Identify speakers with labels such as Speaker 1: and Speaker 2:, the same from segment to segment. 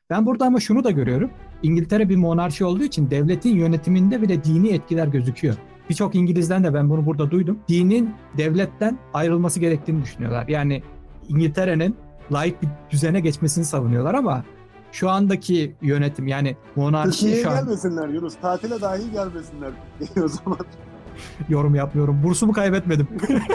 Speaker 1: Ben burada ama şunu da görüyorum. İngiltere bir monarşi olduğu için devletin yönetiminde bile dini etkiler gözüküyor. Birçok İngilizden de ben bunu burada duydum. Dinin devletten ayrılması gerektiğini düşünüyorlar. Yani İngiltere'nin laik bir düzene geçmesini savunuyorlar ama şu andaki yönetim, yani monarşi
Speaker 2: Türkiye'ye
Speaker 1: şu an
Speaker 2: gelmesinler Yunus. Tatile dahi gelmesinler o zaman.
Speaker 1: yorum yapmıyorum. Bursumu kaybetmedim.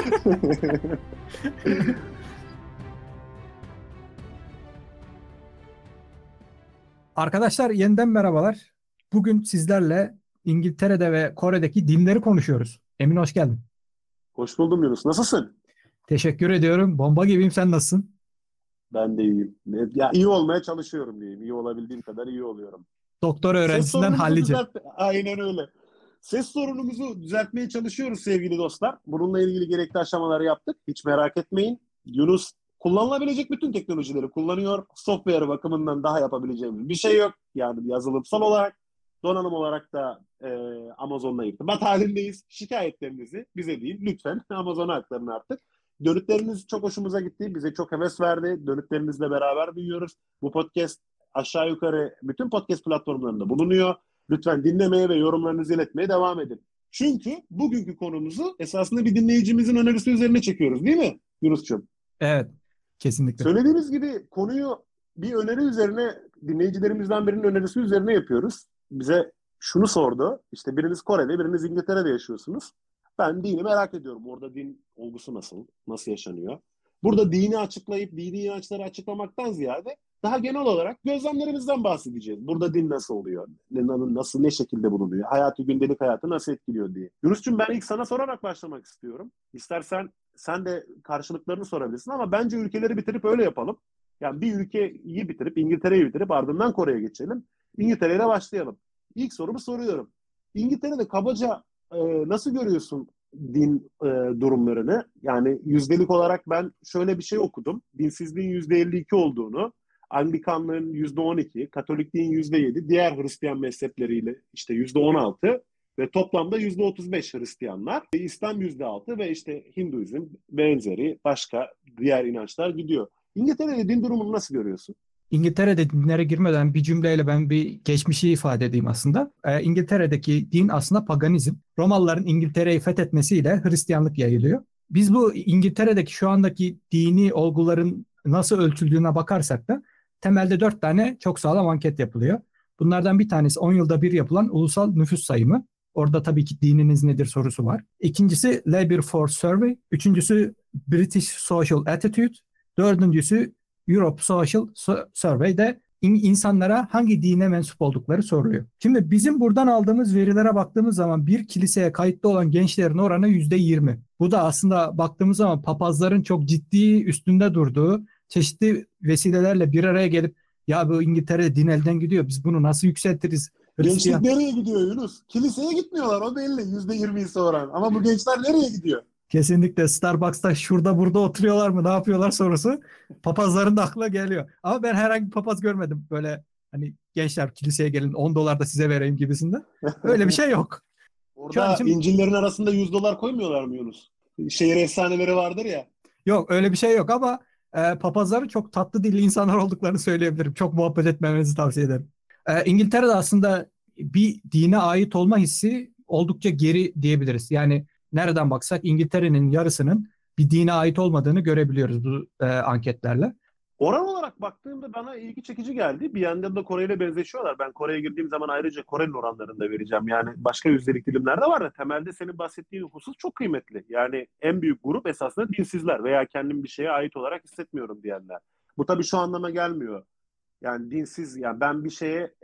Speaker 1: Arkadaşlar yeniden merhabalar. Bugün sizlerle İngiltere'de ve Kore'deki dinleri konuşuyoruz. Emin hoş geldin.
Speaker 2: Hoş buldum Yunus. Nasılsın?
Speaker 1: Teşekkür ediyorum. Bomba gibiyim. Sen nasılsın?
Speaker 2: Ben de iyiyim. Ya iyi olmaya çalışıyorum diyeyim. İyi olabildiğim kadar iyi oluyorum.
Speaker 1: Doktor
Speaker 2: Ses
Speaker 1: öğrencisinden
Speaker 2: sorunumuzu
Speaker 1: hallice.
Speaker 2: Aynen öyle. Ses sorunumuzu düzeltmeye çalışıyoruz sevgili dostlar. Bununla ilgili gerekli aşamaları yaptık. Hiç merak etmeyin. Yunus kullanılabilecek bütün teknolojileri kullanıyor. Software bakımından daha yapabileceğimiz bir şey yok. Yani yazılımsal olarak, donanım olarak da Amazon'la irtibat halindeyiz. Şikayetlerinizi bize değil, lütfen Amazon'a aktarın artık. Dönütleriniz çok hoşumuza gitti. Bize çok heves verdi. Dönütlerinizle beraber büyüyoruz. Bu podcast aşağı yukarı bütün podcast platformlarında bulunuyor. Lütfen dinlemeye ve yorumlarınızı iletmeye devam edin. Çünkü bugünkü konumuzu esasında bir dinleyicimizin önerisi üzerine çekiyoruz, değil mi Yunus'cum?
Speaker 1: Evet, kesinlikle.
Speaker 2: Söylediğimiz gibi konuyu bir öneri üzerine, dinleyicilerimizden birinin önerisi üzerine yapıyoruz. Bize şunu sordu. İşte biriniz Kore'de, biriniz İngiltere'de yaşıyorsunuz. Ben dini merak ediyorum. Orada din olgusu nasıl? Nasıl yaşanıyor? Burada dini açıklayıp dini inançları açıklamaktan ziyade daha genel olarak gözlemlerimizden bahsedeceğiz. Burada din nasıl oluyor? Nasıl, ne şekilde bulunuyor? Hayatı, gündelik hayatı nasıl etkiliyor diye. Yunus'cum, ben ilk sana sorarak başlamak istiyorum. İstersen sen de karşılıklarını sorabilirsin ama bence ülkeleri bitirip öyle yapalım. Yani bir ülkeyi bitirip, İngiltere'yi bitirip ardından Kore'ye geçelim. İngiltere'yle başlayalım. İlk sorumu soruyorum. İngiltere'de kabaca nasıl görüyorsun din durumlarını? Yani yüzdelik olarak ben şöyle bir şey okudum. Dinsizliğin %52 olduğunu, Anglikanlığın %12, Katolikliğin %7, diğer Hristiyan mezhepleriyle işte %16 ve toplamda %35 Hristiyanlar, İslam %6 ve işte Hinduizm benzeri başka diğer inançlar gidiyor. İngiltere'de din durumunu nasıl görüyorsun?
Speaker 1: İngiltere'de dinlere girmeden bir cümleyle ben bir geçmişi ifade edeyim aslında. İngiltere'deki din aslında paganizm. Romalıların İngiltere'yi fethetmesiyle Hristiyanlık yayılıyor. Biz bu İngiltere'deki şu andaki dini olguların nasıl ölçüldüğüne bakarsak da temelde 4 tane çok sağlam anket yapılıyor. Bunlardan bir tanesi 10 yılda bir yapılan ulusal nüfus sayımı. Orada tabii ki dininiz nedir sorusu var. İkincisi Labour Force Survey. Üçüncüsü British Social Attitude. Dördüncüsü Europe Social Survey'de insanlara hangi dine mensup oldukları soruluyor. Şimdi bizim buradan aldığımız verilere baktığımız zaman bir kiliseye kayıtlı olan gençlerin oranı %20. Bu da aslında baktığımız zaman papazların çok ciddi üstünde durduğu, çeşitli vesilelerle bir araya gelip ya bu İngiltere'de din elden gidiyor, biz bunu nasıl yükseltiriz?
Speaker 2: Gençlik
Speaker 1: Hristiyan.
Speaker 2: nereye gidiyor Yunus? Kiliseye gitmiyorlar, o belli, %20'si oran. Ama bu gençler nereye gidiyor?
Speaker 1: Kesinlikle Starbucks'ta şurada burada oturuyorlar mı, ne yapıyorlar sorusu papazların da aklına geliyor. Ama ben herhangi bir papaz görmedim böyle, hani gençler kiliseye gelin 10 dolar da size vereyim gibisinden. Öyle bir şey yok. Şu an
Speaker 2: Orada
Speaker 1: için
Speaker 2: İncil'lerin arasında $100 koymuyorlar mı Yunus? Şehir efsaneleri vardır ya.
Speaker 1: yok, öyle bir şey yok ama papazların çok tatlı dilli insanlar olduklarını söyleyebilirim. Çok muhabbet etmemenizi tavsiye ederim. İngiltere'de aslında bir dine ait olma hissi oldukça geri diyebiliriz. Yani nereden baksak İngiltere'nin yarısının bir dine ait olmadığını görebiliyoruz bu anketlerle.
Speaker 2: Oran olarak baktığımda bana ilgi çekici geldi. Bir yandan da Kore ile benzeşiyorlar. Ben Kore'ye girdiğim zaman ayrıca Kore'nin oranlarını da vereceğim. Yani başka yüzdelik dilimler de var da temelde senin bahsettiğin husus çok kıymetli. Yani en büyük grup esasında dinsizler veya kendim bir şeye ait olarak hissetmiyorum diyenler. Bu tabii şu anlama gelmiyor. Yani dinsiz, yani ben bir şeye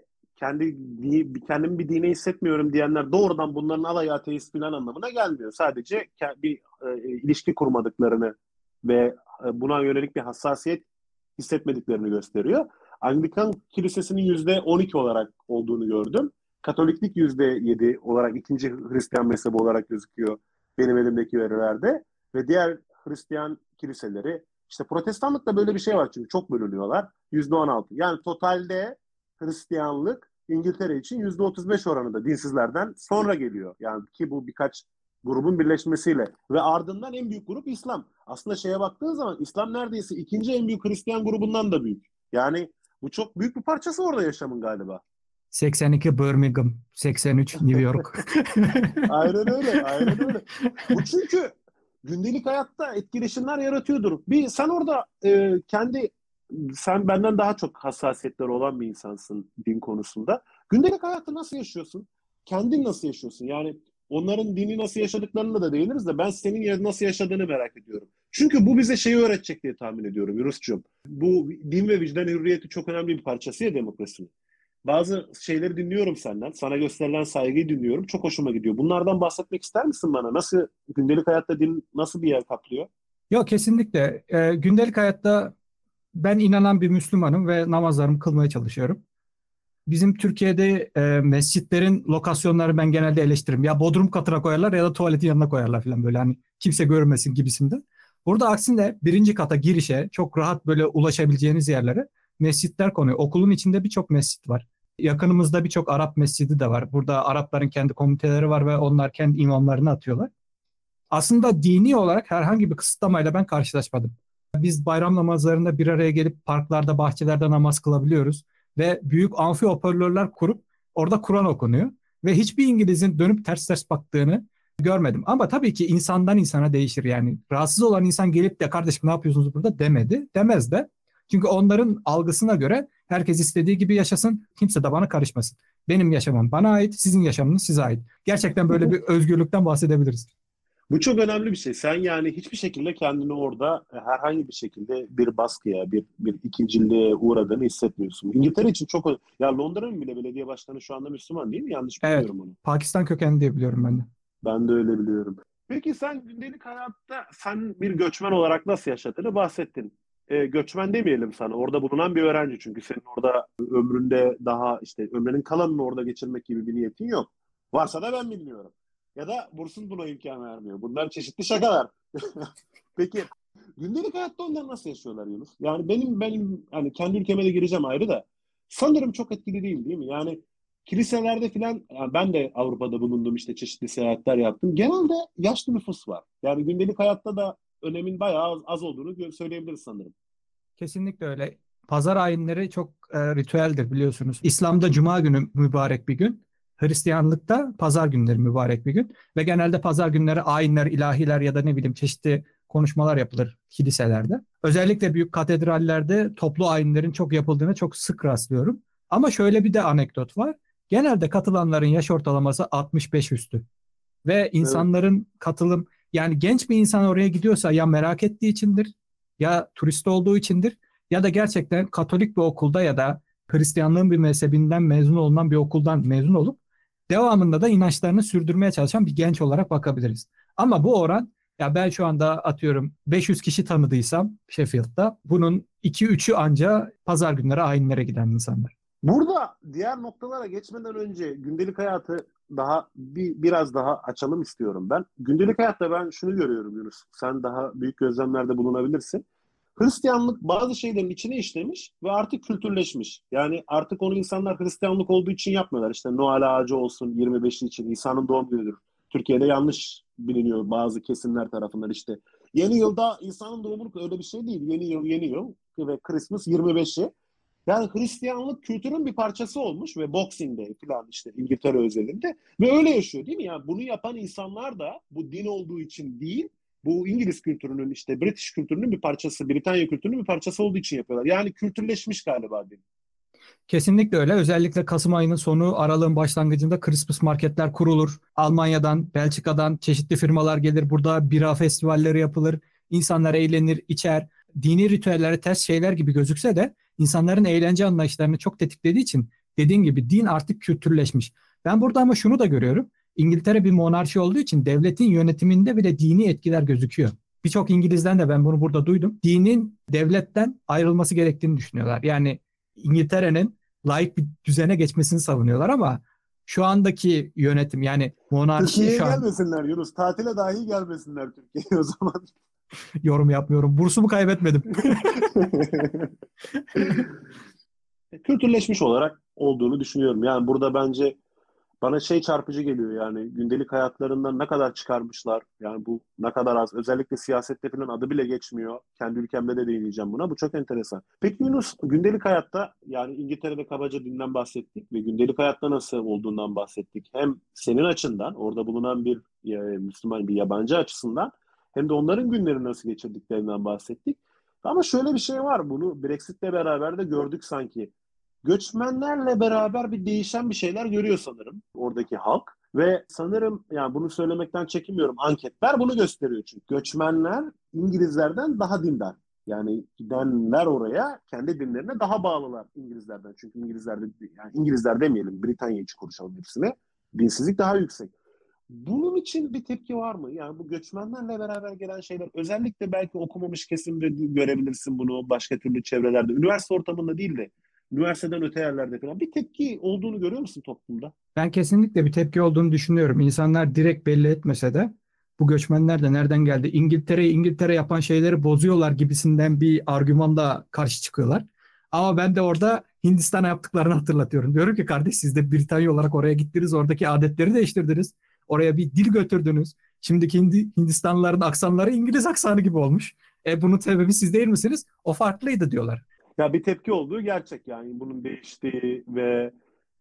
Speaker 2: kendimi bir dine hissetmiyorum diyenler doğrudan bunların alayı ateist falan anlamına gelmiyor. Sadece bir ilişki kurmadıklarını ve buna yönelik bir hassasiyet hissetmediklerini gösteriyor. Anglikan Kilisesi'nin %12 olarak olduğunu gördüm. Katoliklik %7 olarak ikinci Hristiyan mezhebi olarak gözüküyor benim elimdeki verilerde. Ve diğer Hristiyan kiliseleri, işte Protestanlıkta böyle bir şey var çünkü çok bölünüyorlar. %16. Yani totalde Hristiyanlık İngiltere için %35 oranında dinsizlerden sonra geliyor. Yani ki bu birkaç grubun birleşmesiyle. Ve ardından en büyük grup İslam. Aslında şeye baktığın zaman İslam neredeyse ikinci en büyük Hristiyan grubundan da büyük. Yani Bu çok büyük bir parçası orada yaşamın galiba.
Speaker 1: 82 Birmingham, 83 New York.
Speaker 2: Aynen öyle, aynen öyle. Bu çünkü gündelik hayatta etkileşimler yaratıyordur. Bir sen orada sen benden daha çok hassasiyetleri olan bir insansın din konusunda. Gündelik hayatı nasıl yaşıyorsun? Kendin nasıl yaşıyorsun? Yani onların dini nasıl yaşadıklarını da değiniriz de ben senin yerine nasıl yaşadığını merak ediyorum. Çünkü bu bize şeyi öğretecek diye tahmin ediyorum Yunus'cuğum. Bu din ve vicdan hürriyeti çok önemli bir parçası ya demokrasinin. Bazı şeyleri dinliyorum senden. Sana gösterilen saygıyı dinliyorum. Çok hoşuma gidiyor. Bunlardan bahsetmek ister misin bana? Nasıl gündelik hayatta din nasıl bir yer kaplıyor?
Speaker 1: Yok, kesinlikle. Gündelik hayatta ben inanan bir Müslümanım ve namazlarımı kılmaya çalışıyorum. Bizim Türkiye'de mescitlerin lokasyonları ben genelde eleştiririm. Ya bodrum katına koyarlar ya da tuvaletin yanına koyarlar falan, böyle hani kimse görmesin gibisinden. Burada aksine birinci kata girişe çok rahat böyle ulaşabileceğiniz yerlere mescitler konuyor. Okulun içinde birçok mescit var. Yakınımızda birçok Arap mescidi de var. Burada Arapların kendi komiteleri var ve onlar kendi imamlarını atıyorlar. Aslında dini olarak herhangi bir kısıtlamayla ben karşılaşmadım. Biz bayram namazlarında bir araya gelip parklarda, bahçelerde namaz kılabiliyoruz ve büyük amfi hoparlörler kurup orada Kur'an okunuyor ve hiçbir İngiliz'in dönüp ters ters baktığını görmedim. Ama tabii ki insandan insana değişir yani. Rahatsız olan insan gelip de kardeşim ne yapıyorsunuz burada demedi, demez de. Çünkü onların algısına göre herkes istediği gibi yaşasın, kimse de bana karışmasın. Benim yaşamam bana ait, sizin yaşamınız size ait. Gerçekten böyle bir özgürlükten bahsedebiliriz.
Speaker 2: Bu çok önemli bir şey. Sen yani hiçbir şekilde kendini orada herhangi bir şekilde bir baskıya, bir ikinciliğe uğradığını hissetmiyorsun. İngiltere için çok... Ya Londra'nın bile belediye başkanı şu anda Müslüman değil mi? Yanlış
Speaker 1: Evet,
Speaker 2: bilmiyorum onu.
Speaker 1: Pakistan kökenli diye biliyorum ben de.
Speaker 2: Ben de öyle biliyorum. Peki sen gündelik hayatta sen bir göçmen olarak nasıl yaşadığını bahsettin. Göçmen demeyelim sana. Orada bulunan bir öğrenci çünkü senin orada ömründe daha işte ömrünün kalanını orada geçirmek gibi bir niyetin yok. Varsa da ben bilmiyorum. Ya da bursun buna imkan vermiyor. Bunlar çeşitli şakalar. Peki gündelik hayatta onlar nasıl yaşıyorlar Yunus? Yani benim hani kendi ülkeme de gireceğim ayrı da sanırım çok etkili değil mi? Yani kiliselerde filan yani ben de Avrupa'da bulundum işte çeşitli seyahatler yaptım. Genelde yaşlı nüfus var. Yani gündelik hayatta da önemin bayağı az olduğunu söyleyebiliriz sanırım.
Speaker 1: Kesinlikle öyle. Pazar ayinleri çok ritüeldir biliyorsunuz. İslam'da Cuma günü mübarek bir gün. Hristiyanlıkta pazar günleri mübarek bir gün. Ve genelde pazar günleri ayinler, ilahiler ya da ne bileyim çeşitli konuşmalar yapılır kiliselerde. Özellikle büyük katedrallerde toplu ayinlerin çok yapıldığını çok sık rastlıyorum. Ama şöyle bir de anekdot var. Genelde katılanların yaş ortalaması 65 üstü. Ve
Speaker 2: Evet.
Speaker 1: insanların katılım, yani genç bir insan oraya gidiyorsa ya merak ettiği içindir, ya turist olduğu içindir, ya da gerçekten Katolik bir okulda ya da Hristiyanlığın bir mezhebinden mezun olunan bir okuldan mezun olup devamında da inançlarını sürdürmeye çalışan bir genç olarak bakabiliriz. Ama bu oran, ya ben şu anda atıyorum 500 kişi tanıdıysam Sheffield'da bunun 2-3'ü anca pazar günleri ayinlere giden insanlar.
Speaker 2: Burada diğer noktalara geçmeden önce gündelik hayatı biraz daha açalım istiyorum ben. Gündelik hayatta ben şunu görüyorum Yunus. Sen daha büyük gözlemlerde bulunabilirsin. Hristiyanlık bazı şeylerin içine işlemiş ve artık kültürleşmiş. Yani artık onu insanlar Hristiyanlık olduğu için yapmıyorlar. İşte Noel ağacı olsun 25'i için İsa'nın doğum günüdür. Türkiye'de yanlış biliniyor bazı kesimler tarafından işte. Yeni yılda İsa'nın doğumu öyle bir şey değil. Yeni yıl ve Christmas 25'i. Yani Hristiyanlık kültürün bir parçası olmuş ve Boxing Day falan işte İngiltere özelinde ve öyle yaşıyor değil mi? Yani bunu yapan insanlar da bu din olduğu için değil, bu İngiliz kültürünün işte British kültürünün bir parçası, Britanya kültürünün bir parçası olduğu için yapıyorlar. Yani kültürleşmiş galiba din.
Speaker 1: Kesinlikle öyle. Özellikle Kasım ayının sonu, aralığın başlangıcında Christmas marketler kurulur. Almanya'dan, Belçika'dan çeşitli firmalar gelir. Burada bira festivalleri yapılır. İnsanlar eğlenir, içer. Dini ritüellere ters şeyler gibi gözükse de insanların eğlence anlayışlarını çok tetiklediği için dediğin gibi din artık kültürleşmiş. Ben burada ama şunu da görüyorum. İngiltere bir monarşi olduğu için devletin yönetiminde bile dini etkiler gözüküyor. Birçok İngiliz'den de ben bunu burada duydum. Dinin devletten ayrılması gerektiğini düşünüyorlar. Yani İngiltere'nin layık bir düzene geçmesini savunuyorlar ama şu andaki yönetim, yani monarşi
Speaker 2: Türkiye'ye
Speaker 1: şu an
Speaker 2: gelmesinler Yunus. Tatile dahi gelmesinler Türkiye'ye o zaman.
Speaker 1: yorum yapmıyorum. Bursumu kaybetmedim.
Speaker 2: Kültürleşmiş olarak olduğunu düşünüyorum. Yani burada bence bana şey çarpıcı geliyor, yani gündelik hayatlarından ne kadar çıkarmışlar. Yani bu ne kadar az. Özellikle siyasette falan adı bile geçmiyor. Kendi ülkemde de değineceğim buna. Bu çok enteresan. Peki Yunus, gündelik hayatta, yani İngiltere'de kabaca dinden bahsettik ve gündelik hayatta nasıl olduğundan bahsettik. Hem senin açından, orada bulunan bir Müslüman, bir yabancı açısından, hem de onların günlerini nasıl geçirdiklerinden bahsettik. Ama şöyle bir şey var. Bunu Brexit'le beraber de gördük sanki. Göçmenlerle beraber bir değişen bir şeyler görüyor sanırım oradaki halk. Ve sanırım, yani bunu söylemekten çekinmiyorum, anketler bunu gösteriyor çünkü. Göçmenler İngilizlerden daha dindar. Yani gidenler oraya kendi dinlerine daha bağlılar İngilizlerden. Çünkü İngilizlerde, yani İngilizler demeyelim, Britanya için konuşalım hepsine. Dinsizlik daha yüksek. Bunun için bir tepki var mı? Yani bu göçmenlerle beraber gelen şeyler, özellikle belki okumamış kesimde görebilirsin bunu, başka türlü çevrelerde, üniversite ortamında değil de üniversiteden öte yerlerde falan bir tepki olduğunu görüyor musun toplumda?
Speaker 1: Ben kesinlikle bir tepki olduğunu düşünüyorum. İnsanlar direkt belli etmese de bu göçmenler de nereden geldi? İngiltere yapan şeyleri bozuyorlar gibisinden bir argümanla karşı çıkıyorlar. Ama ben de orada Hindistan'a yaptıklarını hatırlatıyorum. Diyorum ki kardeş, siz de Britanya olarak oraya gittiniz. Oradaki adetleri değiştirdiniz. Oraya bir dil götürdünüz. Şimdiki Hindistanlıların aksanları İngiliz aksanı gibi olmuş. Bunun sebebi siz değil misiniz? O farklıydı diyorlar.
Speaker 2: Ya bir tepki olduğu gerçek, yani bunun değiştiği ve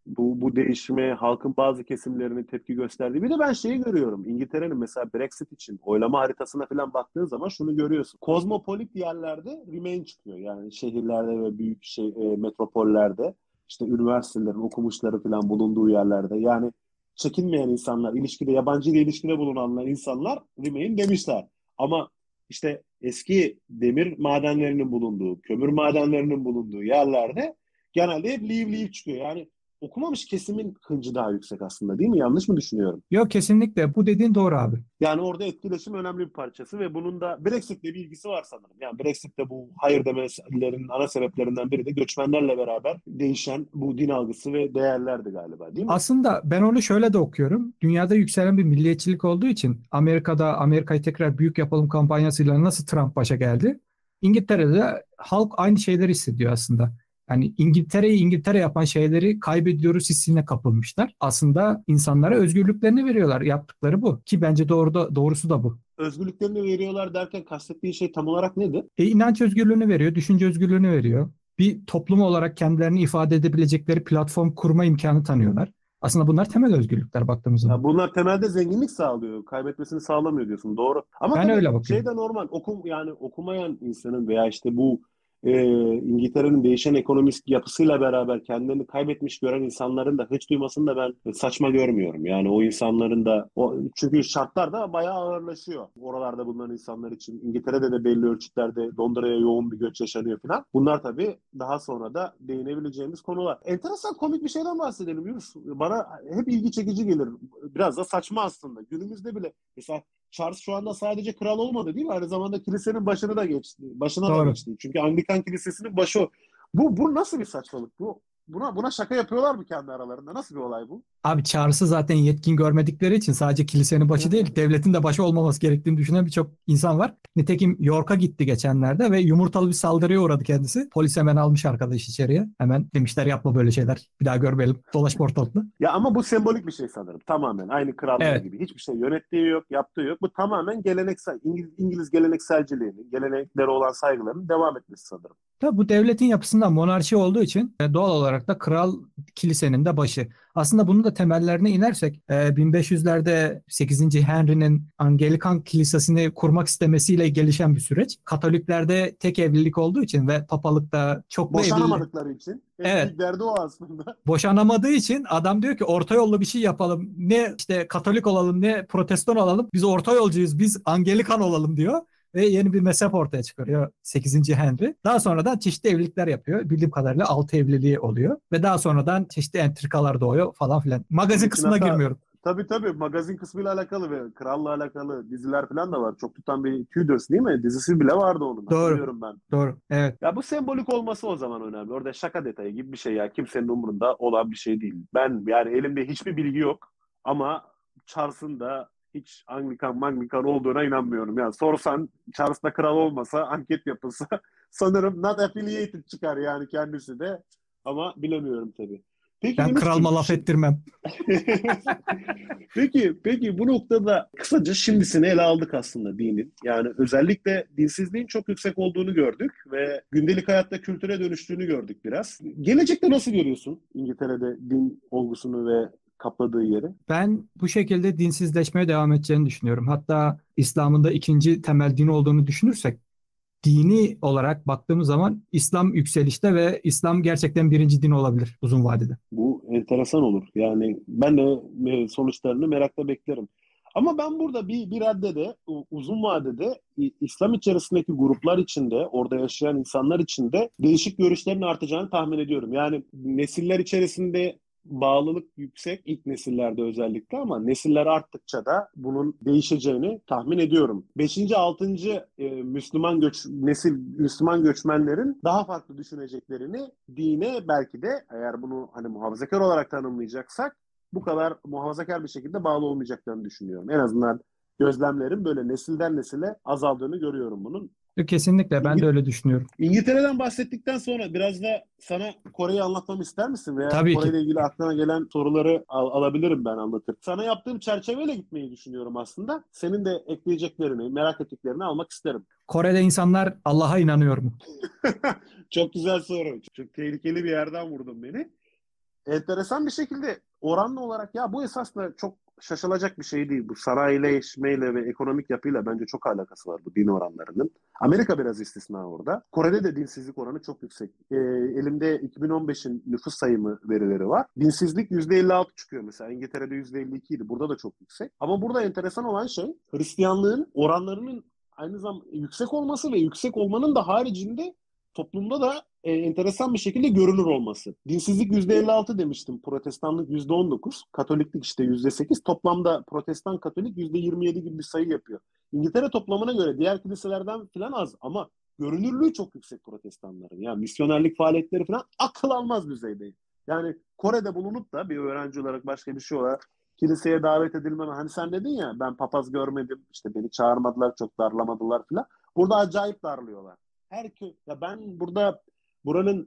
Speaker 2: bu değişime halkın bazı kesimlerinin tepki gösterdiği. Bir de ben şeyi görüyorum. İngiltere'nin mesela Brexit için oylama haritasına falan baktığın zaman şunu görüyorsun. Kozmopolit yerlerde Remain çıkıyor. Yani şehirlerde ve büyük metropollerde, işte üniversitelerin okumuşları falan bulunduğu yerlerde. Yani çekinmeyen insanlar, yabancı ile ilişkide bulunanlar insanlar Remain demişler. Ama işte eski demir madenlerinin bulunduğu, kömür madenlerinin bulunduğu yerlerde genelde hep leave çıkıyor. Yani okumamış kesimin hıncı daha yüksek aslında, değil mi? Yanlış mı düşünüyorum?
Speaker 1: Yok, kesinlikle bu dediğin doğru abi.
Speaker 2: Yani orada etkileşim önemli bir parçası ve bunun da Brexit'le bir ilgisi var sanırım. Yani Brexit'te bu hayır demelerinin ana sebeplerinden biri de göçmenlerle beraber değişen bu din algısı ve değerlerdi galiba, değil mi?
Speaker 1: Aslında ben onu şöyle de okuyorum. Dünyada yükselen bir milliyetçilik olduğu için Amerika'yı tekrar büyük yapalım kampanyasıyla nasıl Trump başa geldi? İngiltere'de halk aynı şeyleri hissediyor aslında. Yani İngiltere yapan şeyleri kaybediyoruz hissine kapılmışlar. Aslında insanlara özgürlüklerini veriyorlar. Yaptıkları bu. Ki bence doğrusu da bu.
Speaker 2: Özgürlüklerini veriyorlar derken kastettiği şey tam olarak nedir?
Speaker 1: İnanç özgürlüğünü veriyor, düşünce özgürlüğünü veriyor. Bir toplum olarak kendilerini ifade edebilecekleri platform kurma imkanı tanıyorlar. Aslında bunlar temel özgürlükler baktığımız zaman.
Speaker 2: Ya bunlar temelde zenginlik sağlıyor. Kaybetmesini sağlamıyor diyorsun. Doğru. Ama
Speaker 1: Ben
Speaker 2: tabii
Speaker 1: öyle
Speaker 2: şey
Speaker 1: bakıyorum.
Speaker 2: de normal. Yani okumayan insanın veya işte bu İngiltere'nin değişen ekonomik yapısıyla beraber kendilerini kaybetmiş gören insanların da hiç duymasını da ben saçma görmüyorum. Yani o insanların da çünkü şartlar da bayağı ağırlaşıyor. Oralarda bulunan insanlar için. İngiltere'de de belli ölçütlerde Londra'ya yoğun bir göç yaşanıyor falan. Bunlar tabii daha sonra da değinebileceğimiz konular. Enteresan, komik bir şeyden bahsedelim Yunus. Bana hep ilgi çekici gelir. Biraz da saçma aslında. Günümüzde bile mesela Charles şu anda sadece kral olmadı, değil mi? Aynı zamanda kilisenin başını da geçti. Başına da
Speaker 1: Doğru.
Speaker 2: geçti. Çünkü Anglikan Kilisesi'nin başı o. Bu nasıl bir saçmalık? Buna şaka yapıyorlar mı kendi aralarında? Nasıl bir olay bu?
Speaker 1: Abi Charles'ı zaten yetkin görmedikleri için sadece kilisenin başı değil, devletin de başı olmaması gerektiğini düşünen birçok insan var. Nitekim York'a gitti geçenlerde ve yumurtalı bir saldırıya uğradı kendisi. Polis hemen almış arkadaş içeriye. Hemen demişler yapma böyle şeyler. Bir daha görmeyelim. Dolaşma ortalıkta.
Speaker 2: Ya ama bu sembolik bir şey sanırım. Tamamen aynı krallar
Speaker 1: Evet.
Speaker 2: gibi. Hiçbir şey yönettiği yok, yaptığı yok. Bu tamamen geleneksel, İngiliz gelenekselciliğinin, gelenekleri olan saygılarının devam etmesi sanırım.
Speaker 1: Tabii bu devletin yapısında monarşi olduğu için doğal olarak da kral kilisenin de başı. Aslında bunun da temellerine inersek 1500'lerde 8. Henry'nin Anglikan kilisesini kurmak istemesiyle gelişen bir süreç. Katoliklerde tek evlilik olduğu için ve papalıkta çoklu evlilik.
Speaker 2: Boşanamadıkları için en
Speaker 1: Evet.
Speaker 2: büyük derdi o aslında.
Speaker 1: Boşanamadığı için adam diyor ki orta yollu bir şey yapalım. Ne işte Katolik olalım ne Protestan olalım. Biz orta yolcuyuz. Biz Anglikan olalım diyor. Ve yeni bir mezhep ortaya çıkarıyor 8. Henry. Daha sonradan çeşitli evlilikler yapıyor. Bildiğim kadarıyla 6 evliliği oluyor. Ve daha sonradan çeşitli entrikalar doğuyor falan filan.
Speaker 2: Bunun
Speaker 1: Magazin
Speaker 2: için
Speaker 1: kısmına
Speaker 2: hatta
Speaker 1: girmiyorum.
Speaker 2: tabii magazin kısmıyla alakalı ve kralla alakalı diziler falan da var. Çok tutan bir Tudors, değil mi? Dizisi bile vardı onun.
Speaker 1: Doğru.
Speaker 2: Hatırlıyorum ben.
Speaker 1: Doğru. Evet.
Speaker 2: Ya bu sembolik olması o zaman önemli. Orada şaka detayı gibi bir şey ya. Kimsenin umurunda olan bir şey değil. Ben yani elimde hiçbir bilgi yok ama Charles'ın da hiç Anglikan olduğuna inanmıyorum. Yani sorsan, Charles da kral olmasa, anket yapılsa sanırım not affiliated çıkar yani kendisi de, ama bilemiyorum tabii. Peki
Speaker 1: Ben kralma
Speaker 2: Yunus'cum,
Speaker 1: laf ettirmem.
Speaker 2: peki bu noktada kısaca şimdisini ele aldık aslında dinin. Yani özellikle dinsizliğin çok yüksek olduğunu gördük ve gündelik hayatta kültüre dönüştüğünü gördük biraz. Gelecekte nasıl görüyorsun İngiltere'de din olgusunu ve kapladığı yeri?
Speaker 1: Ben bu şekilde dinsizleşmeye devam edeceğini düşünüyorum. Hatta İslam'ın da ikinci temel din olduğunu düşünürsek, dini olarak baktığımız zaman İslam yükselişte ve İslam gerçekten birinci din olabilir uzun vadede.
Speaker 2: Bu enteresan olur. Yani ben de sonuçlarını merakla beklerim. Ama ben burada bir raddede uzun vadede İslam içerisindeki gruplar içinde, orada yaşayan insanlar içinde değişik görüşlerin artacağını tahmin ediyorum. Yani nesiller içerisinde bağlılık yüksek ilk nesillerde özellikle ama nesiller arttıkça da bunun değişeceğini tahmin ediyorum. Beşinci, 6. Müslüman göçmenlerin daha farklı düşüneceklerini dine belki de eğer bunu hani muhafazakar olarak tanımlayacaksak bu kadar muhafazakar bir şekilde bağlı olmayacaklarını düşünüyorum. En azından gözlemlerim böyle nesilden nesile azaldığını görüyorum bunun.
Speaker 1: Kesinlikle ben de öyle düşünüyorum.
Speaker 2: İngiltere'den bahsettikten sonra biraz da sana Kore'yi anlatmamı ister misin? Veya
Speaker 1: Tabii
Speaker 2: Kore
Speaker 1: ki.
Speaker 2: ile ilgili aklına gelen soruları alabilirim ben anlatırım. Sana yaptığım çerçeveyle gitmeyi düşünüyorum aslında. Senin de ekleyeceklerini, merak ettiklerini almak isterim.
Speaker 1: Kore'de insanlar Allah'a inanıyor mu?
Speaker 2: Çok güzel soru. Çok tehlikeli bir yerden vurdun beni. Enteresan bir şekilde oranlı olarak ya bu esasında çok şaşılacak bir şey değil. Bu sanayileşmeyle ve ekonomik yapıyla bence çok alakası var bu din oranlarının. Amerika biraz istisna orada. Kore'de de dinsizlik oranı çok yüksek. Elimde 2015'in nüfus sayımı verileri var. Dinsizlik %56 çıkıyor mesela. İngiltere'de %52 idi. Burada da çok yüksek. Ama burada enteresan olan şey Hristiyanlığın oranlarının aynı zamanda yüksek olması ve yüksek olmanın da haricinde toplumda da enteresan bir şekilde görünür olması. Dinsizlik %56 demiştim, protestanlık %19, katoliklik işte %8, toplamda protestan katolik %27 gibi bir sayı yapıyor. İngiltere toplamına göre diğer kiliselerden falan az ama görünürlüğü çok yüksek protestanların. Yani misyonerlik faaliyetleri falan akıl almaz düzeyde. Yani Kore'de bulunup da bir öğrenci olarak başka bir şey olarak kiliseye davet edilmeme. Hani sen dedin ya ben papaz görmedim, işte beni çağırmadılar, çok darlamadılar falan. Burada acayip darlıyorlar. Ya ben buranın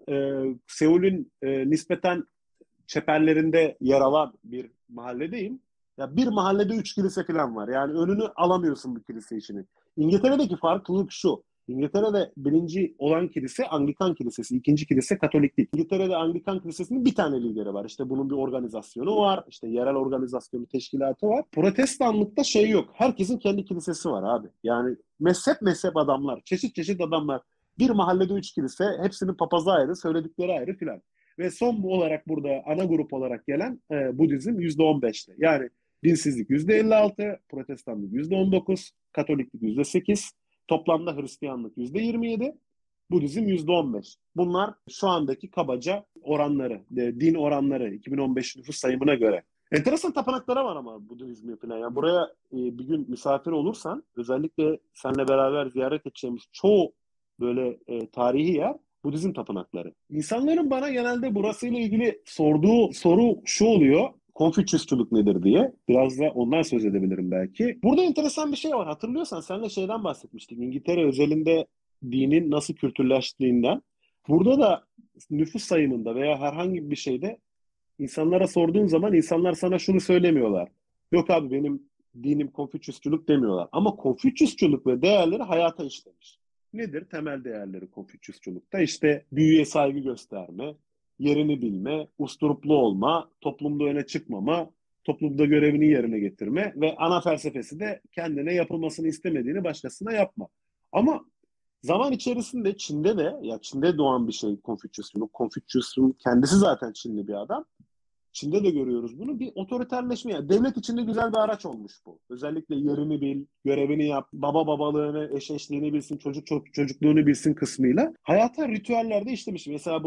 Speaker 2: Seul'ün nispeten çeperlerinde yer alan bir mahalledeyim. Ya bir mahallede 3 kilise falan var. Yani önünü alamıyorsun bu kilise işini. İngiltere'deki farklılık şu. İngiltere'de birinci olan kilise Anglikan Kilisesi, ikinci kilise Katoliklik. İngiltere'de Anglikan Kilisesi'nin bir tane lideri var. İşte bunun bir organizasyonu var. İşte yerel organizasyonu, teşkilatı var. Protestanlıkta şey yok. Herkesin kendi kilisesi var abi. Yani mezhep adamlar, çeşit çeşit adamlar. Bir mahallede 3 kilise, hepsinin papazı ayrı, söyledikleri ayrı filan. Ve son olarak burada ana grup olarak gelen Budizm %15'te. Yani dinsizlik %56, protestanlık %19, katoliklik %8, toplamda Hristiyanlık %27, Budizm %15. Bunlar şu andaki kabaca oranları, din oranları 2015 nüfus sayımına göre. Enteresan tapınaklara var ama Budizmi falan. Yani buraya bir gün misafir olursan özellikle seninle beraber ziyaret edeceğimiz çoğu böyle tarihi yer Budizm tapınakları. İnsanların bana genelde burasıyla ilgili sorduğu soru şu oluyor. Konfüçyüsçülük nedir diye. Biraz da ondan söz edebilirim belki. Burada enteresan bir şey var. Hatırlıyorsan seninle şeyden bahsetmiştik. İngiltere özelinde dinin nasıl kültürleştiğinden. Burada da nüfus sayımında veya herhangi bir şeyde insanlara sorduğun zaman insanlar sana şunu söylemiyorlar. Yok abi benim dinim Konfüçyüsçülük demiyorlar. Ama Konfüçyüsçülük ve değerleri hayata işlemiş. Nedir temel değerleri Konfüçyüsçülükte? İşte büyüye saygı gösterme, yerini bilme, usturuplu olma, toplumda öne çıkmama, toplumda görevini yerine getirme ve ana felsefesi de kendine yapılmasını istemediğini başkasına yapma. Ama zaman içerisinde Çin'de de ya Çin'de doğan bir şey Konfüçyüsçülük. Konfüçyüs'ün kendisi zaten Çinli bir adam. Çin'de de görüyoruz bunu. Bir otoriterleşme. Yani devlet içinde güzel bir araç olmuş bu. Özellikle yerini bil, görevini yap, baba babalığını, eşeşliğini bilsin, çocukluğunu bilsin kısmıyla. Hayata ritüellerde işlemiş. Mesela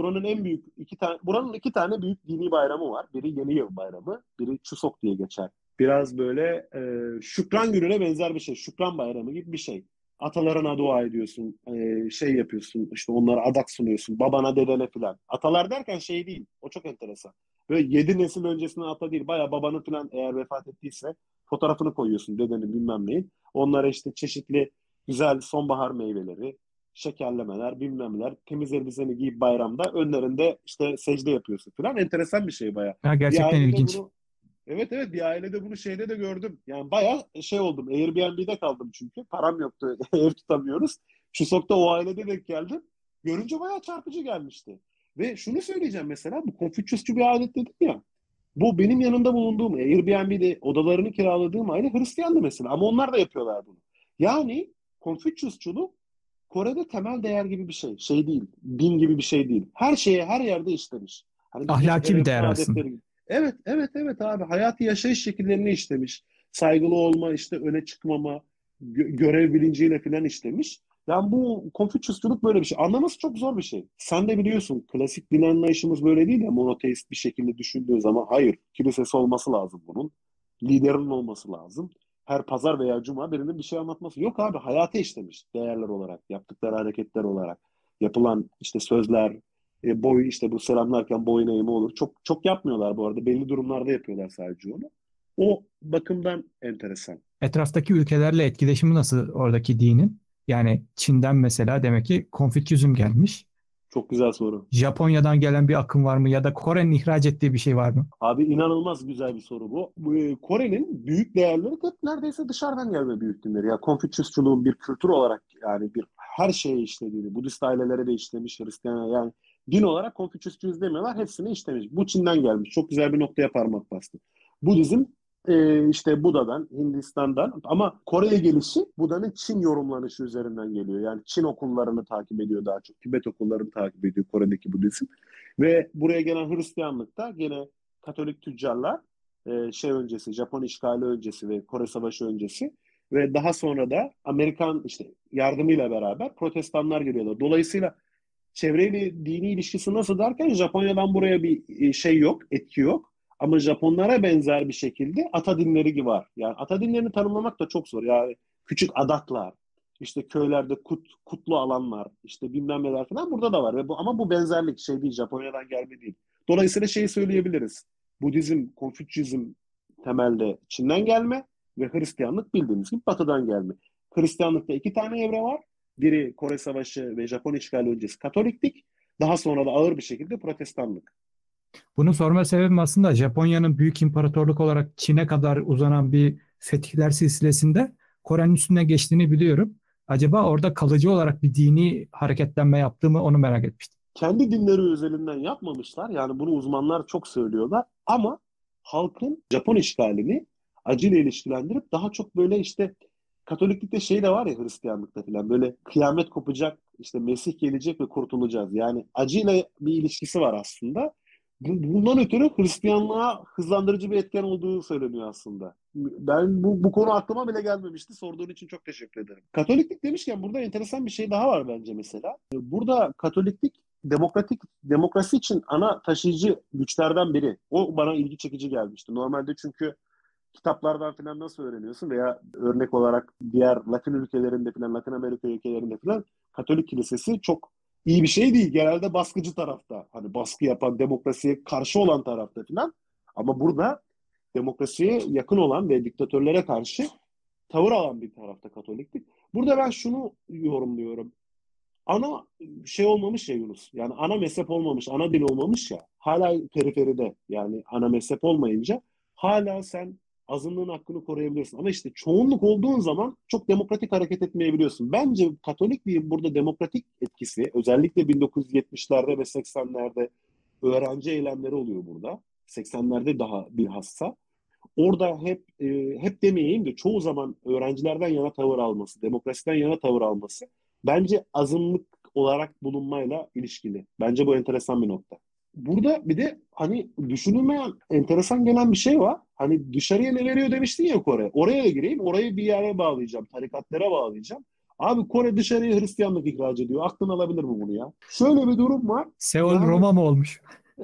Speaker 2: buranın iki tane büyük dini bayramı var. Biri Yeni Yıl Bayramı, biri Chuseok diye geçer. Biraz böyle Şükran Günü'ne benzer bir şey. Şükran Bayramı gibi bir şey. Atalarına dua ediyorsun, şey yapıyorsun, işte onlara adak sunuyorsun, babana, dedene filan. Atalar derken şey değil, o çok enteresan. Böyle 7 nesil öncesinden ata değil. Bayağı babanın falan eğer vefat ettiyse fotoğrafını koyuyorsun dedenin bilmem neyin. Onlara işte çeşitli güzel sonbahar meyveleri, şekerlemeler, bilmemler, temiz elbiseni giyip bayramda önlerinde işte secde yapıyorsun falan. Enteresan bir şey bayağı.
Speaker 1: Ha,
Speaker 2: Bir
Speaker 1: gerçekten
Speaker 2: ailede
Speaker 1: ilginç.
Speaker 2: bunu Evet, evet, bir ailede bunu şeyde de gördüm. Yani bayağı şey oldum. Airbnb'de kaldım çünkü. Param yoktu. Ev tutamıyoruz. Şu sokakta o ailede denk geldim. Görünce bayağı çarpıcı gelmişti. Ve şunu söyleyeceğim mesela. Bu Konfüçyüsçü bir adet dedim ya. Bu benim yanında bulunduğum Airbnb'de odalarını kiraladığım aile Hristiyandı mesela. Ama onlar da yapıyorlar bunu. Yani Konfüçyüsçülük Kore'de temel değer gibi bir şey. Şey değil. Din gibi bir şey değil. Her şeye her yerde işlemiş. Hani bizdeki
Speaker 1: Ahlaki bir
Speaker 2: ev
Speaker 1: değer aslında.
Speaker 2: adetleri gibi. Evet, evet, evet abi. Hayatı yaşayış şekillerini işlemiş. Saygılı olma, işte öne çıkmama, görev bilinciyle falan işlemiş. Yani bu Konfüçyüsçülük böyle bir şey. Anlaması çok zor bir şey. Sen de biliyorsun klasik din anlayışımız böyle değil ya, monoteist bir şekilde düşündüğün zaman hayır, kilisesi olması lazım bunun. Liderinin olması lazım. Her pazar veya cuma birinin bir şey anlatması. Yok abi, hayata işlemiş değerler olarak, yaptıkları hareketler olarak, yapılan işte sözler, boy işte bu selamlarken boyun eğimi olur. Çok çok yapmıyorlar bu arada. Belli durumlarda yapıyorlar sadece onu. O bakımdan enteresan.
Speaker 1: Etraftaki ülkelerle etkileşimi nasıl oradaki dinin? Yani Çin'den mesela demek ki Konfüçyüzm gelmiş.
Speaker 2: Çok güzel soru.
Speaker 1: Japonya'dan gelen bir akım var mı? Ya da Kore'nin ihraç ettiği bir şey var mı?
Speaker 2: Abi inanılmaz güzel bir soru bu. Kore'nin büyük değerleri hep neredeyse dışarıdan gelme büyük dinleri. Ya Konfüçyüsçülüğün bir kültür olarak yani bir her şeye işlediğini, Budist ailelere de işlemiş, Hristiyan yani din olarak Konfüçyüsçüyüz demiyorlar, hepsini işlemiş. Bu Çin'den gelmiş. Çok güzel bir noktaya parmak bastı. Budizm işte Buda'dan, Hindistan'dan ama Kore'ye gelişi Buda'nın Çin yorumlanışı üzerinden geliyor. Yani Çin okullarını takip ediyor daha çok. Tibet okullarını takip ediyor Kore'deki Budizm. Ve buraya gelen Hristiyanlıkta gene Katolik tüccarlar şey öncesi, Japon işgali öncesi ve Kore Savaşı öncesi ve daha sonra da Amerikan işte yardımıyla beraber Protestanlar geliyorlar. Dolayısıyla çevreyle dini ilişkisi nasıl derken Japonya'dan buraya bir şey yok, etki yok. Ama Japonlara benzer bir şekilde ata dinleri gibi var. Yani ata dinlerini tanımlamak da çok zor. Yani küçük adatlar, işte köylerde kutlu alanlar, işte bilmem neler falan burada da var. Ve ama bu benzerlik şey değil, Japonya'dan gelme değil. Dolayısıyla şeyi söyleyebiliriz. Budizm, Konfüçyüzm temelde Çin'den gelme ve Hristiyanlık bildiğimiz gibi Batı'dan gelme. Hristiyanlıkta iki tane evre var. Biri Kore Savaşı ve Japon işgali öncesi Katoliklik. Daha sonra da ağır bir şekilde Protestanlık.
Speaker 1: Bunu sorma sebebim aslında Japonya'nın büyük imparatorluk olarak Çin'e kadar uzanan bir fetihler silsilesinde Kore'nin üstüne geçtiğini biliyorum. Acaba orada kalıcı olarak bir dini hareketlenme yaptı mı onu merak etmiştim.
Speaker 2: Kendi dinleri üzerinden yapmamışlar. Yani bunu uzmanlar çok söylüyorlar. Ama halkın Japon işgalini acıyla ilişkilendirip daha çok böyle işte Katoliklikte şey de var ya, Hristiyanlıkta falan böyle kıyamet kopacak, işte Mesih gelecek ve kurtulacağız. Yani acıyla bir ilişkisi var aslında. Bundan ötürü Hristiyanlığa hızlandırıcı bir etken olduğu söyleniyor aslında. Ben bu konu aklıma bile gelmemişti. Sorduğun için çok teşekkür ederim. Katoliklik demişken burada enteresan bir şey daha var bence mesela. Burada Katoliklik demokrasi için ana taşıyıcı güçlerden biri. O bana ilgi çekici gelmişti. Normalde çünkü kitaplardan falan nasıl öğreniyorsun veya örnek olarak diğer Latin ülkelerinde falan, Latin Amerika ülkelerinde falan Katolik kilisesi çok iyi bir şey değil. Genelde baskıcı tarafta. Hani baskı yapan, demokrasiye karşı olan tarafta falan. Ama burada demokrasiye yakın olan ve diktatörlere karşı tavır alan bir tarafta Katoliklik. Burada ben şunu yorumluyorum. Ana şey olmamış ya Yunus. Yani ana mezhep olmamış, ana dil olmamış ya. Hala periferide yani ana mezhep olmayınca hala sen azınlığın hakkını koruyabilirsin. Ama işte çoğunluk olduğun zaman çok demokratik hareket etmeyebiliyorsun. Bence Katolikliğin burada demokratik etkisi özellikle 1970'lerde ve 80'lerde öğrenci eylemleri oluyor burada. 80'lerde daha bilhassa. Orada hep demeyeyim de çoğu zaman öğrencilerden yana tavır alması, demokrasiden yana tavır alması bence azınlık olarak bulunmayla ilişkili. Bence bu enteresan bir nokta. Burada bir de hani düşünülmeyen enteresan gelen bir şey var. Hani dışarıya ne veriyor demiştin ya Kore. Oraya da gireyim. Orayı bir yere bağlayacağım. Tarikatlara bağlayacağım. Abi Kore dışarıya Hristiyanlık ihraç ediyor. Aklın alabilir mi bunu ya? Şöyle bir durum var.
Speaker 1: Seul
Speaker 2: Yani
Speaker 1: Roma mı olmuş?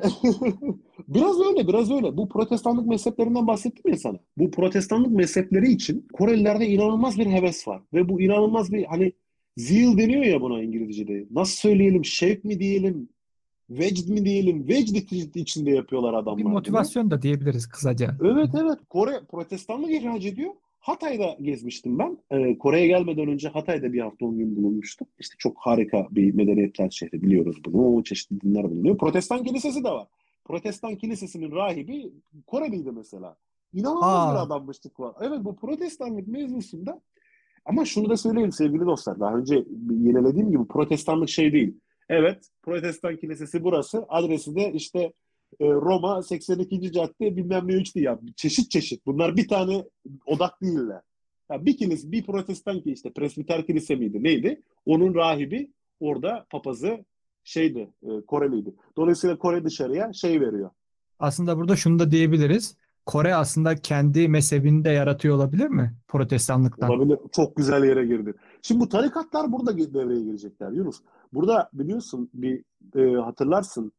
Speaker 2: biraz öyle, biraz öyle. Bu protestanlık mezheplerinden bahsettim ya sana. Bu protestanlık mezhepleri için Korelilerde inanılmaz bir heves var. Ve bu inanılmaz bir hani zeal deniyor ya buna İngilizce'de. Nasıl söyleyelim? Şevk mi diyelim? Vecd mi diyelim? Vecd içinde yapıyorlar
Speaker 1: Bir
Speaker 2: adamlar bunu.
Speaker 1: motivasyon da diyebiliriz kısaca.
Speaker 2: Evet, evet. Kore protestanlık ihraç ediyor. Hatay'da gezmiştim ben. Kore'ye gelmeden önce Hatay'da bir hafta 10 gün bulunmuştum. İşte çok harika bir medeniyetler şehri, biliyoruz bunu. O çeşitli dinler bulunuyor. Protestan kilisesi de var. Protestan kilisesinin rahibi Koreliydi mesela. İnanılmaz bir
Speaker 1: Aa,
Speaker 2: adammışlık var. Evet, bu protestanlık mevzusunda, ama şunu da söyleyeyim sevgili dostlar. Daha önce yinelediğim gibi protestanlık şey değil. Evet, protestan kilisesi burası. Adresi de işte Roma 82. cadde bilmem ne 3 diye. Yani çeşit çeşit. Bunlar bir tane odak değiller. Ya bir kilise, bir protestan ki işte presbiter kilise miydi neydi? Onun rahibi orada papazı şeydi, Koreliydi. Dolayısıyla Kore dışarıya şey veriyor.
Speaker 1: aslında burada şunu da diyebiliriz. Kore aslında kendi mezhebini de yaratıyor olabilir mi? Protestanlıktan.
Speaker 2: Olabilir. Çok güzel yere girdin. Şimdi bu tarikatlar burada devreye girecekler Yunus. Burada biliyorsun hatırlarsın,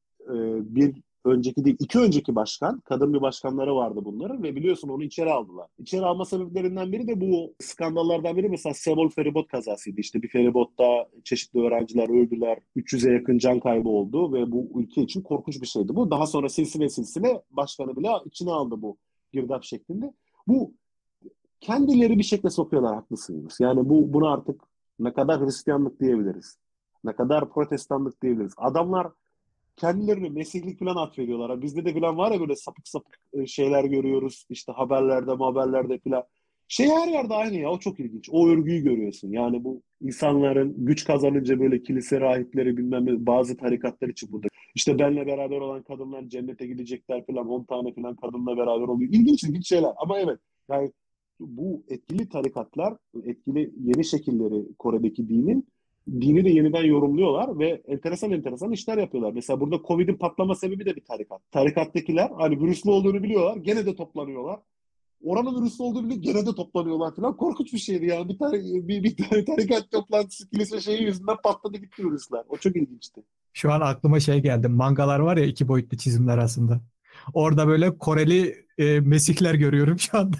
Speaker 2: bir önceki değil, iki önceki başkan, kadın bir başkanları vardı bunların ve biliyorsun onu içeri aldılar. İçeri alma sebeplerinden biri de bu skandallardan biri, mesela Seul feribot kazasıydı. İşte bir feribotta çeşitli öğrenciler öldüler, 300'e yakın can kaybı oldu ve bu ülke için korkunç bir şeydi bu. Daha sonra silsile silsile başkanı bile içine aldı bu girdap şeklinde. Bu kendileri bir şekilde sokuyorlar, haklısınız. Yani buna artık ne kadar Hristiyanlık diyebiliriz, ne kadar Protestanlık diyebiliriz. Adamlar kendilerini Mesihlik falan atfediyorlar. Bizde de falan var ya, böyle sapık sapık şeyler görüyoruz. İşte haberlerde falan. Şey her yerde aynı ya, o çok ilginç. O örgüyü görüyorsun. Yani bu insanların güç kazanınca böyle kilise rahipleri bilmem ne, bazı tarikatlar için burada. İşte benle beraber olan kadınlar cennete gidecekler falan, 10 tane falan kadınla beraber oluyor. İlginç ilginç şeyler. Ama evet, yani bu etkili tarikatlar, etkili yeni şekilleri Kore'deki dini de yeniden yorumluyorlar ve enteresan enteresan işler yapıyorlar. Mesela burada Covid'in patlama sebebi de bir tarikat. Tarikattakiler hani virüslü olduğunu biliyorlar, gene de toplanıyorlar. Oranın virüslü olduğunu biliyor, gene de toplanıyorlar falan. Korkunç bir şeydi yani. Bir tane tarikat toplantısı kilise şeyi yüzünden patladı gitti virüsler. O çok ilginçti.
Speaker 1: Şu an aklıma şey geldi. Mangalar var ya, iki boyutlu çizimler aslında. Orada böyle Koreli mesihler görüyorum şu anda.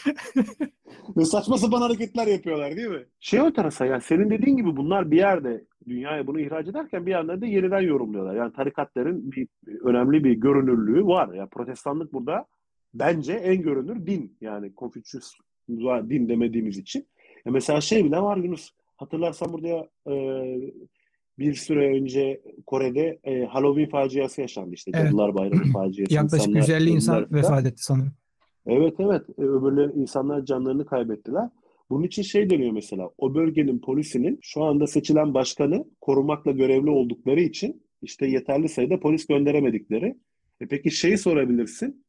Speaker 2: Ve saçma sapan hareketler yapıyorlar değil mi? Şey enteresan, yani senin dediğin gibi bunlar bir yerde dünyaya bunu ihraç ederken bir yandan da yeniden yorumluyorlar. Yani tarikatların önemli bir görünürlüğü var. Yani protestanlık burada bence en görünür din. Yani Konfüçyüs din demediğimiz için. Mesela şey bile var Yunus. Hatırlarsan burada bir süre önce Kore'de Halloween faciası yaşandı, işte
Speaker 1: Evet.
Speaker 2: Cadılar Bayramı faciası.
Speaker 1: Yaklaşık
Speaker 2: İnsanlar
Speaker 1: 150
Speaker 2: öldüler
Speaker 1: insan
Speaker 2: falan.
Speaker 1: vefat etti sanırım.
Speaker 2: Evet, evet. Öbürleri, insanlar canlarını kaybettiler. Bunun için şey deniyor mesela. O bölgenin polisinin şu anda seçilen başkanı korumakla görevli oldukları için işte yeterli sayıda polis gönderemedikleri. Peki şeyi sorabilirsin.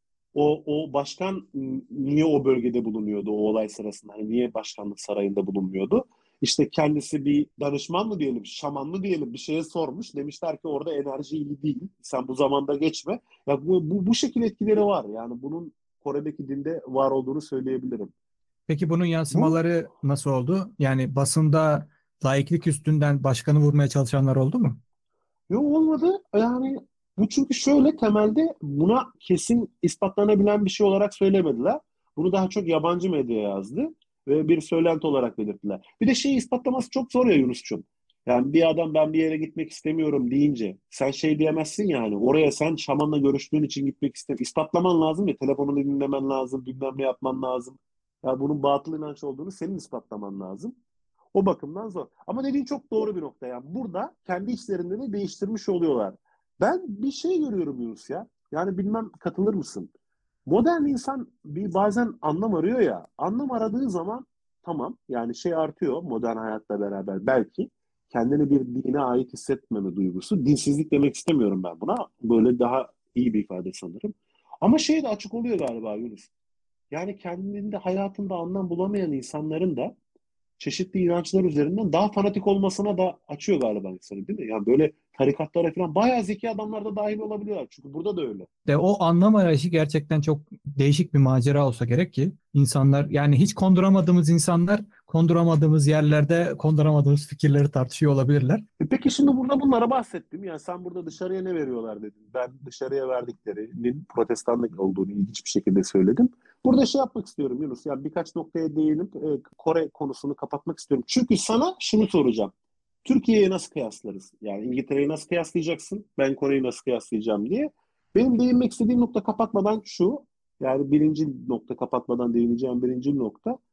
Speaker 2: O başkan niye o bölgede bulunuyordu o olay sırasında? Hani niye başkanlık sarayında bulunmuyordu? İşte kendisi bir danışman mı diyelim, şaman mı diyelim, bir şeye sormuş. Demişler ki orada enerji iyi değil. Sen bu zamanda geçme. Ya bu şekilde etkileri var. Yani bunun Kore'deki dinde var olduğunu söyleyebilirim.
Speaker 1: Peki bunun
Speaker 2: Bu
Speaker 1: yansımaları nasıl oldu? Yani basında laiklik üstünden başkanı vurmaya çalışanlar oldu mu?
Speaker 2: yok, olmadı. Yani bu çünkü şöyle, temelde buna kesin ispatlanabilen bir şey olarak söylemediler. Bunu daha çok yabancı medya yazdı ve bir söylenti olarak belirttiler. Bir de şeyi ispatlaması çok zor ya Yunus'cum. Yani bir adam ben bir yere gitmek istemiyorum deyince sen şey diyemezsin, yani oraya sen şamanla görüştüğün için gitmek istemiyorsun. İspatlaman lazım ya, telefonunu dinlemen lazım, bilmem ne yapman lazım. Ya bunun batıl inanç olduğunu senin ispatlaman lazım. O bakımdan zor. Ama dediğin çok doğru bir nokta. Yani burada kendi içlerinde de değiştirmiş oluyorlar. Ben bir şey görüyorum Yunus ya. Yani bilmem katılır mısın? Modern insan bir bazen anlam arıyor ya. Anlam aradığı zaman tamam, yani şey artıyor modern hayatla beraber belki. Kendini bir dine ait hissetmeme duygusu. Dinsizlik demek istemiyorum ben buna. Böyle daha iyi bir ifade sanırım. Ama şey de açık oluyor galiba Yunus. Yani kendinde hayatında anlam bulamayan insanların da çeşitli inançlar üzerinden daha fanatik olmasına da açıyor galiba insanı, değil mi? Yani böyle tarikatlara falan bayağı zeki adamlar da dahil olabiliyorlar. Çünkü burada da öyle.
Speaker 1: De o anlam arayışı gerçekten çok değişik bir macera olsa gerek ki insanlar, yani hiç konduramadığımız insanlar konduramadığımız yerlerde konduramadığımız fikirleri tartışıyor olabilirler.
Speaker 2: Peki şimdi burada bunlara bahsettim. Yani sen burada dışarıya ne veriyorlar dedin. Ben dışarıya verdiklerinin protestanlık olduğunu ilginç bir şekilde söyledim. Burada şey yapmak istiyorum Yunus. Yani birkaç noktaya değinip Kore konusunu kapatmak istiyorum. Çünkü sana şunu soracağım. Türkiye'ye nasıl kıyaslarız? Yani İngiltere'yi nasıl kıyaslayacaksın? Ben Kore'yi nasıl kıyaslayacağım diye. Benim değinmek istediğim nokta kapatmadan şu. Yani birinci nokta, kapatmadan değineceğim birinci nokta.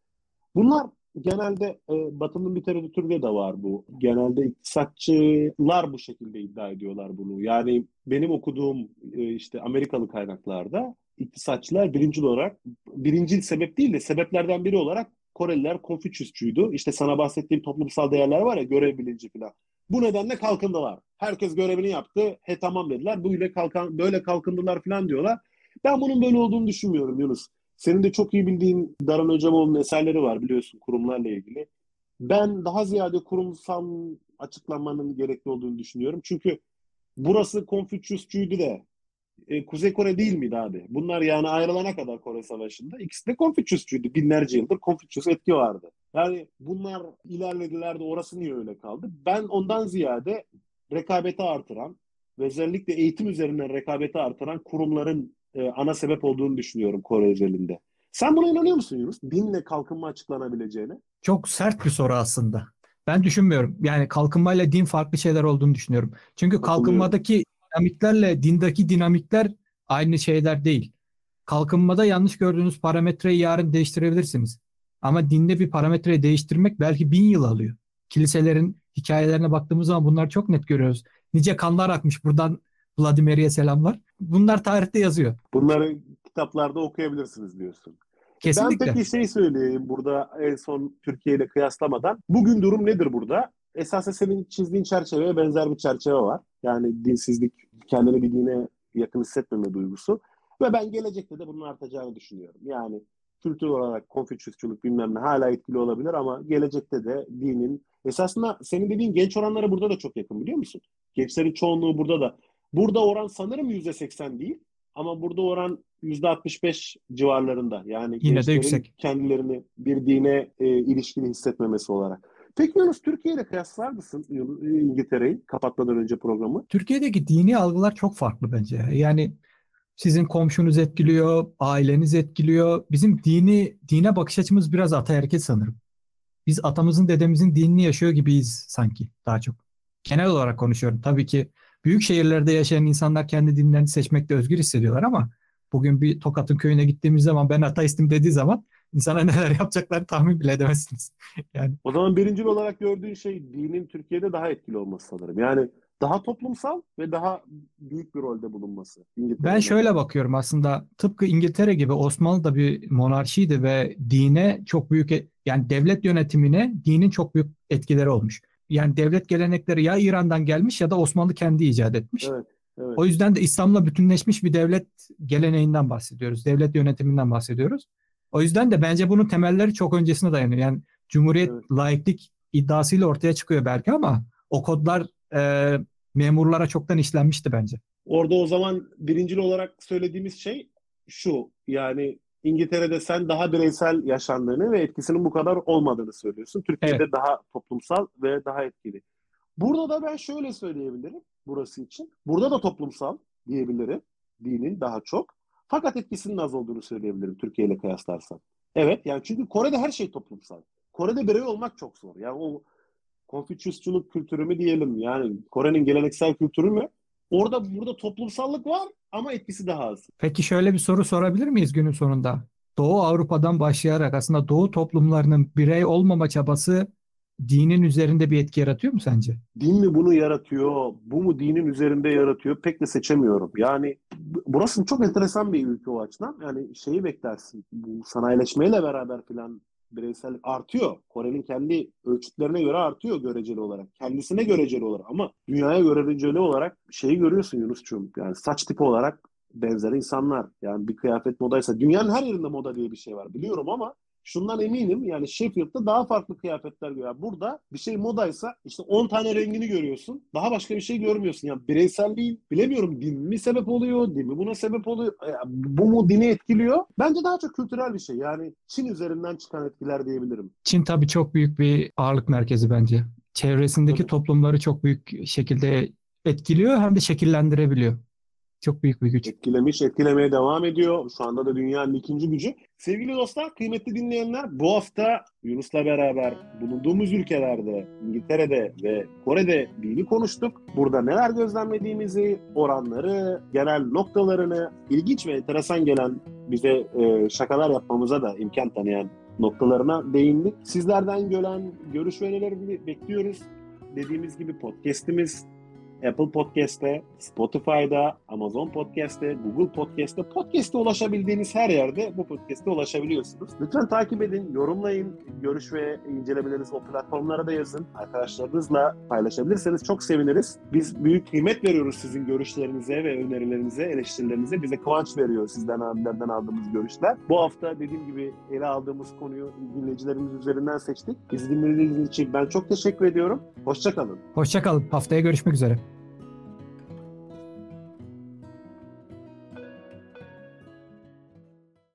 Speaker 2: Bunlar genelde Batı'nın literatüründe de var bu. Genelde iktisatçılar bu şekilde iddia ediyorlar bunu. Yani benim okuduğum işte Amerikalı kaynaklarda iktisatçılar birinci sebep değil de sebeplerden biri olarak Koreliler Konfüçyüsçüydü. İşte sana bahsettiğim toplumsal değerler var ya, görev bilinci falan. Bu nedenle kalkındılar. Herkes görevini yaptı. He tamam dediler. Böyle kalkındılar falan diyorlar. Ben bunun böyle olduğunu düşünmüyorum Yunus. Senin de çok iyi bildiğin Daran Öcamoğlu'nun eserleri var biliyorsun kurumlarla ilgili. Ben daha ziyade kurumsal açıklamanın gerekli olduğunu düşünüyorum. Çünkü burası Konfüçyüsçüydü de Kuzey Kore değil miydi abi? Bunlar yani ayrılana kadar Kore Savaşı'nda ikisi de Konfüçyüsçüydü. Binlerce yıldır Konfüçyüs etki vardı. Yani bunlar ilerlediler de orası niye öyle kaldı? Ben ondan ziyade rekabeti artıran ve özellikle eğitim üzerinden rekabeti artıran kurumların ana sebep olduğunu düşünüyorum Kore özelinde. Sen buna inanıyor musun Yunus? Dinle kalkınma açıklanabileceğine.
Speaker 1: Çok sert bir soru aslında. Ben düşünmüyorum. Yani kalkınmayla din farklı şeyler olduğunu düşünüyorum. Çünkü
Speaker 2: Katılıyorum.
Speaker 1: kalkınmadaki dinamiklerle dindeki dinamikler aynı şeyler değil. Kalkınmada yanlış gördüğünüz parametreyi yarın değiştirebilirsiniz. Ama dinde bir parametreyi değiştirmek belki 1000 yıl alıyor. Kiliselerin hikayelerine baktığımız zaman bunlar çok net görüyoruz. Nice kanlar akmış. Buradan Vladimir'e selamlar. Bunlar tarihte yazıyor.
Speaker 2: Bunları kitaplarda okuyabilirsiniz diyorsun. Ben
Speaker 1: Kesinlikle.
Speaker 2: peki şey söyleyeyim burada en son Türkiye ile kıyaslamadan. Bugün durum nedir burada? Esasen senin çizdiğin çerçeveye benzer bir çerçeve var. Yani dinsizlik, kendini bir dine yakın hissetmeme duygusu. Ve ben gelecekte de bunun artacağını düşünüyorum. Yani kültür olarak Konfüçyüsçülük bilmem ne hala etkili olabilir ama gelecekte de dinin esasında senin dediğin genç oranlara burada da çok yakın biliyor musun? Gençlerin çoğunluğu burada da. Burada oran sanırım %80 değil. Ama burada oran %65 civarlarında. Yani
Speaker 1: Yine de
Speaker 2: gençlerin
Speaker 1: yüksek.
Speaker 2: kendilerini bir dine ilişkili hissetmemesi olarak. Peki Yunus Türkiye ile kıyaslar mısın İngiltere'yi kapatmadan önce programı?
Speaker 1: Türkiye'deki dini algılar çok farklı bence. Yani sizin komşunuz etkiliyor, aileniz etkiliyor. Bizim dine bakış açımız biraz ataerkil sanırım. Biz atamızın, dedemizin dinini yaşıyor gibiyiz sanki daha çok. Genel olarak konuşuyorum. Tabii ki büyük şehirlerde yaşayan insanlar kendi dinlerini seçmekte özgür hissediyorlar ama bugün bir Tokat'ın köyüne gittiğimiz zaman ben ateistim dediği zaman insana neler yapacaklarını tahmin bile edemezsiniz. Yani
Speaker 2: O zaman birincil olarak gördüğün şey dinin Türkiye'de daha etkili olması sanırım. Yani daha toplumsal ve daha büyük bir rolde bulunması
Speaker 1: ben
Speaker 2: İngiltere'ye
Speaker 1: şöyle
Speaker 2: nazaran.
Speaker 1: bakıyorum aslında tıpkı İngiltere gibi Osmanlı da bir monarşiydi ve dine çok büyük yani devlet yönetimine dinin çok büyük etkileri olmuş. Yani devlet gelenekleri ya İran'dan gelmiş ya da Osmanlı kendi icat etmiş.
Speaker 2: Evet, evet,
Speaker 1: O yüzden de İslam'la bütünleşmiş bir devlet geleneğinden bahsediyoruz. Devlet yönetiminden bahsediyoruz. O yüzden de bence bunun temelleri çok öncesine dayanıyor. Yani Cumhuriyet
Speaker 2: evet.
Speaker 1: laiklik iddiasıyla ortaya çıkıyor belki ama o kodlar memurlara çoktan işlenmişti bence.
Speaker 2: Orada o zaman birincil olarak söylediğimiz şey şu. Yani İngiltere'de sen daha bireysel yaşandığını ve etkisinin bu kadar olmadığını söylüyorsun.
Speaker 1: Evet.
Speaker 2: Türkiye'de daha toplumsal ve daha etkili. Burada da ben şöyle söyleyebilirim burası için. Burada da toplumsal diyebilirim. Dinin daha çok. Fakat etkisinin az olduğunu söyleyebilirim Türkiye ile kıyaslarsam. Evet yani çünkü Kore'de her şey toplumsal. Kore'de birey olmak çok zor. Yani o Konfüçyüsçülük kültürü mü diyelim yani Kore'nin geleneksel kültürü mü? Orada burada toplumsallık var ama etkisi daha az.
Speaker 1: Peki şöyle bir soru sorabilir miyiz günün sonunda? Doğu Avrupa'dan başlayarak aslında Doğu toplumlarının birey olmama çabası dinin üzerinde bir etki yaratıyor mu sence?
Speaker 2: Din mi bunu yaratıyor? Bu mu dinin üzerinde yaratıyor? Pek de seçemiyorum. Yani burası çok enteresan bir ülke o açıdan. Yani şeyi beklersin. Bu sanayileşmeyle beraber filan bireysellik artıyor. Kore'nin kendi ölçütlerine göre artıyor göreceli olarak. Kendisine göreceli olarak. Ama dünyaya göreceli olarak şeyi görüyorsun Yunus'cuğum. Yani saç tipi olarak benzer insanlar. Yani bir kıyafet modaysa. Dünyanın her yerinde moda diye bir şey var. Biliyorum ama şundan eminim yani Sheffield'da daha farklı kıyafetler görüyor. Burada bir şey modaysa işte 10 tane rengini görüyorsun. Daha başka bir şey görmüyorsun. Yani bireyselliğin bilemiyorum din mi sebep oluyor, din mi buna sebep oluyor. Bu mu dini etkiliyor? Bence daha çok kültürel bir şey. Yani Çin üzerinden çıkan etkiler diyebilirim.
Speaker 1: Çin tabii çok büyük bir ağırlık merkezi bence. Çevresindeki
Speaker 2: Tabii.
Speaker 1: toplumları çok büyük şekilde etkiliyor hem de şekillendirebiliyor. Çok büyük bir güç.
Speaker 2: Etkilemiş, etkilemeye devam ediyor. Şu anda da dünyanın ikinci gücü. Sevgili dostlar, kıymetli dinleyenler, bu hafta Yunus'la beraber bulunduğumuz ülkelerde, İngiltere'de ve Kore'de dini konuştuk. Burada neler gözlemlediğimizi, oranları, genel noktalarını, ilginç ve enteresan gelen bize şakalar yapmamıza da imkan tanıyan noktalarına değindik. Sizlerden gelen görüş ve önerileri bekliyoruz. Dediğimiz gibi podcast'imiz Apple Podcast'te, Spotify'da, Amazon Podcast'te, Google Podcast'te ulaşabildiğiniz her yerde bu podcast'e ulaşabiliyorsunuz. Lütfen takip edin, yorumlayın, görüş ve incelemelerinizi o platformlara da yazın. Arkadaşlarınızla paylaşabilirseniz çok seviniriz. Biz büyük kıymet veriyoruz sizin görüşlerinize ve önerilerinize, eleştirilerinize. Bize kıvanç veriyor sizden, abilerden aldığımız görüşler. Bu hafta dediğim gibi ele aldığımız konuyu dinleyicilerimiz üzerinden seçtik. Bizi dinlediğiniz için ben çok teşekkür ediyorum. Hoşça kalın.
Speaker 1: Hoşça kalın. Haftaya görüşmek üzere.